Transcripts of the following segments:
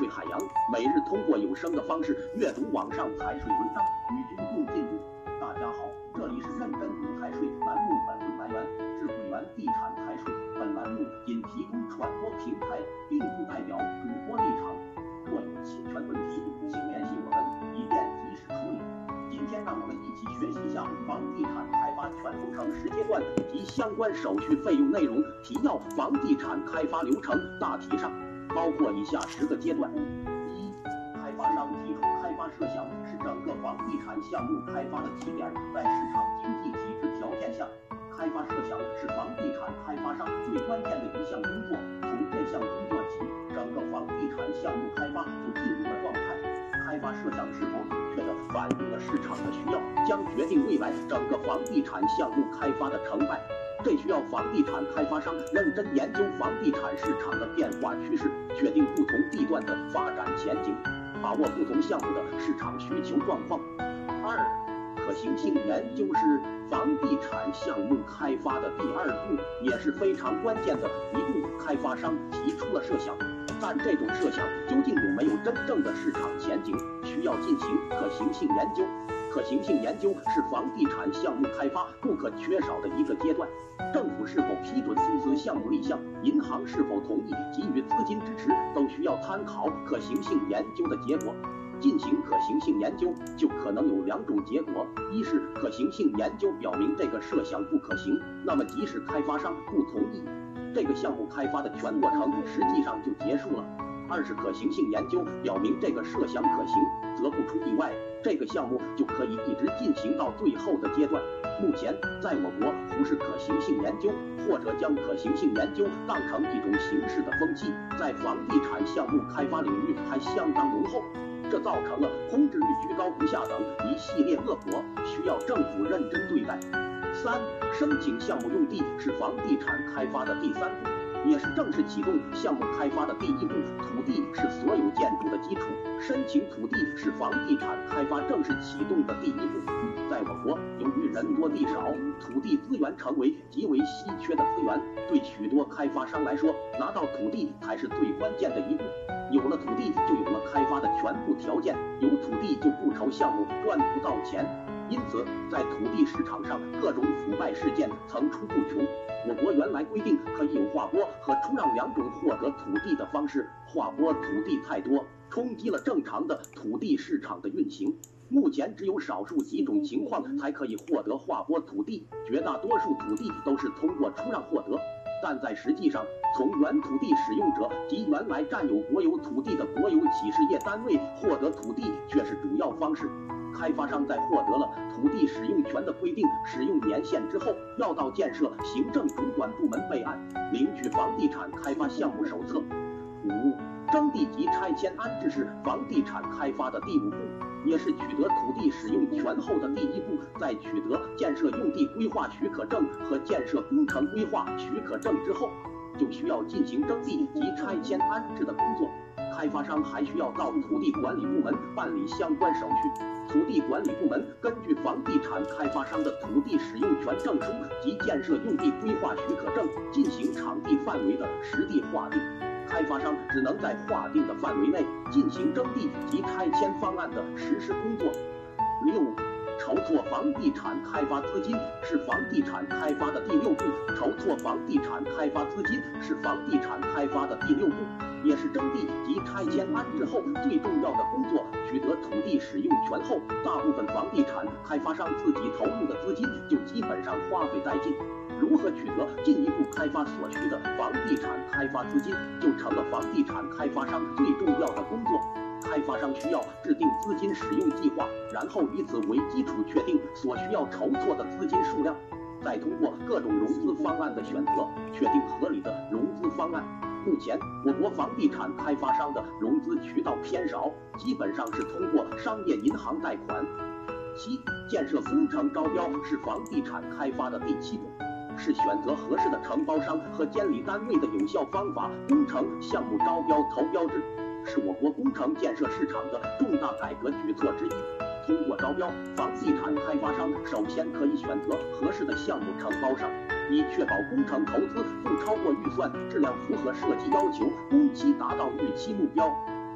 税海洋，每日通过有声的方式阅读网上财税文章，与君共进步。大家好，这里是认真读财税栏目，本文来源智慧园地产财税，本栏目仅提供传播平台，并不代表主播立场。若有侵权问题，请联系我们，以便及时处理。今天让我们一起学习一下房地产开发全流程10阶段及相关手续费用内容提要。房地产开发流程大体上包括以下10个阶段：一、开发商提出开发设想是整个房地产项目开发的起点，在市场经济体制条件下，开发设想是房地产开发商最关键的一项工作。从这项工作起，整个房地产项目开发就进入了状态。开发设想是否准确地反映了市场的需要，将决定未来整个房地产项目开发的成败。这需要房地产开发商认真研究房地产市场的变化趋势，确定不同地段的发展前景，把握不同项目的市场需求状况。二、可行性研究是房地产项目开发的第2步，也是非常关键的一步。开发商提出了设想，但这种设想究竟有没有真正的市场前景，需要进行可行性研究。可行性研究是房地产项目开发不可缺少的一个阶段。政府是否批准此项目立项，银行是否同意给予资金支持，都需要参考可行性研究的结果。进行可行性研究就可能有2种结果：一是可行性研究表明这个设想不可行，那么即使开发商不同意，这个项目开发的全过程实际上就结束了；二是可行性研究表明这个设想可行，则不出意外，这个项目就可以一直进行到最后的阶段。目前，在我国忽视可行性研究，或者将可行性研究当成一种形式的风气，在房地产项目开发领域还相当浓厚，这造成了空置率居高不下等一系列恶果，需要政府认真对待。三、申请项目用地是房地产开发的第3步，也是正式启动项目开发的第1步。土地是所有建筑的基础，申请土地是房地产开发正式启动的第1步。在我国，由于人多地少，土地资源成为极为稀缺的资源，对许多开发商来说，拿到土地才是最关键的一步。有了土地，就有了开发的全部条件，有土地就不愁项目赚不到钱。因此，在土地市场上，各种腐败事件层出不穷。我国原来规定可以有划拨和出让2种获得土地的方式，划拨土地太多，冲击了正常的土地市场的运行。目前只有少数几种情况才可以获得划拨土地，绝大多数土地都是通过出让获得。但在实际上，从原土地使用者及原来占有国有土地的国有企事业单位获得土地却是主要方式。开发商在获得了土地使用权的规定使用年限之后，要到建设行政主管部门备案，领取房地产开发项目手册。5、征地及拆迁安置是房地产开发的第5步，也是取得土地使用权后的第1步。在取得建设用地规划许可证和建设工程规划许可证之后，就需要进行征地及拆迁安置的工作。开发商还需要到土地管理部门办理相关手续。土地管理部门根据房地产开发商的土地使用权证书及建设用地规划许可证进行场地范围的实地划定。开发商只能在划定的范围内进行征地及拆迁方案的实施工作。6、筹措房地产开发资金是房地产开发的第6步。筹措房地产开发资金是房地产开发的第6步，也是征地及拆迁安置后最重要的工作。取得土地使用权后，大部分房地产开发商自己投入的资金就基本上花费殆尽。如何取得进一步开发所需的房地产开发资金，就成了房地产开发商最重要的工作。开发商需要制定资金使用计划，然后以此为基础确定所需要筹措的资金数量，再通过各种融资方案的选择，确定合理的融资方案。目前，我国房地产开发商的融资渠道偏少，基本上是通过商业银行贷款。7、建设工程招标是房地产开发的第7步，是选择合适的承包商和监理单位的有效方法。工程项目招标投标制是我国工程建设市场的重大改革举措之一。通过招标，房地产开发商首先可以选择合适的项目承包商，以确保工程投资不超过预算，质量符合设计要求，工期达到预期目标。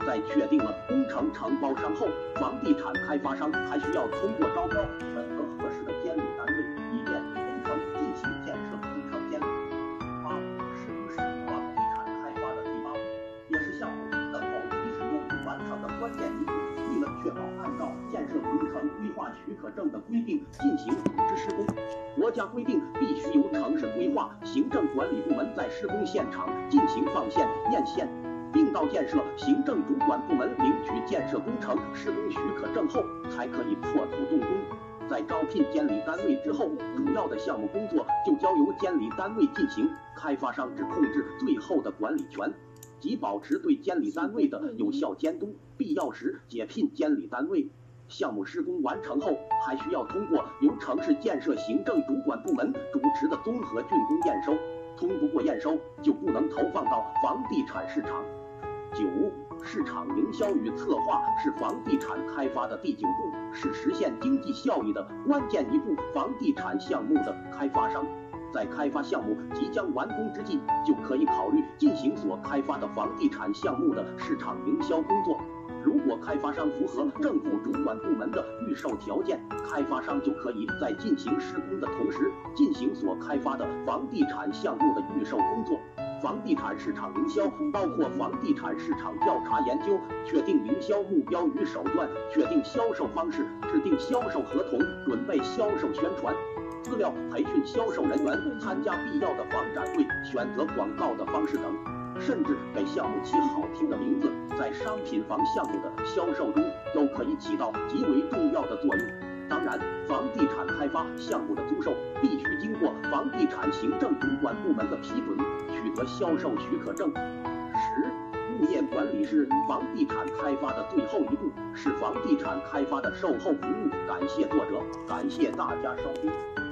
在确定了工程承包商后，房地产开发商还需要通过招标选择合适的监理单位，以便对工程进行建设工程监理。8. 施工是房地产开发的第8步，也是项目能否及时优质完成的关键一步。为了确保按照建设工程规划许可证的规定进行组织施工，国家规定必须由城市规划行政管理部门在施工现场进行放线、验线，并到建设行政主管部门领取建设工程施工许可证后，才可以破土动工。在招聘监理单位之后，主要的项目工作就交由监理单位进行，开发商只控制最后的管理权，即保持对监理单位的有效监督，必要时解聘监理单位。项目施工完成后，还需要通过由城市建设行政主管部门主持的综合竣工验收，通不过验收就不能投放到房地产市场。9. 市场营销与策划是房地产开发的第9步，是实现经济效益的关键一步。房地产项目的开发商在开发项目即将完工之际，就可以考虑进行所开发的房地产项目的市场营销工作。如果开发商符合政府主管部门的预售条件，开发商就可以在进行施工的同时，进行所开发的房地产项目的预售工作。房地产市场营销包括房地产市场调查研究、确定营销目标与手段、确定销售方式、制定销售合同、准备销售宣传资料、培训销售人员、参加必要的房展会、选择广告的方式等，甚至给项目起好听的名字，在商品房项目的销售中都可以起到极为重要的作用。当然，房地产开发项目的租售必须经过房地产行政主管部门的批准，取得销售许可证。10. 物业管理是房地产开发的最后一步，是房地产开发的售后服务。感谢作者，感谢大家收听。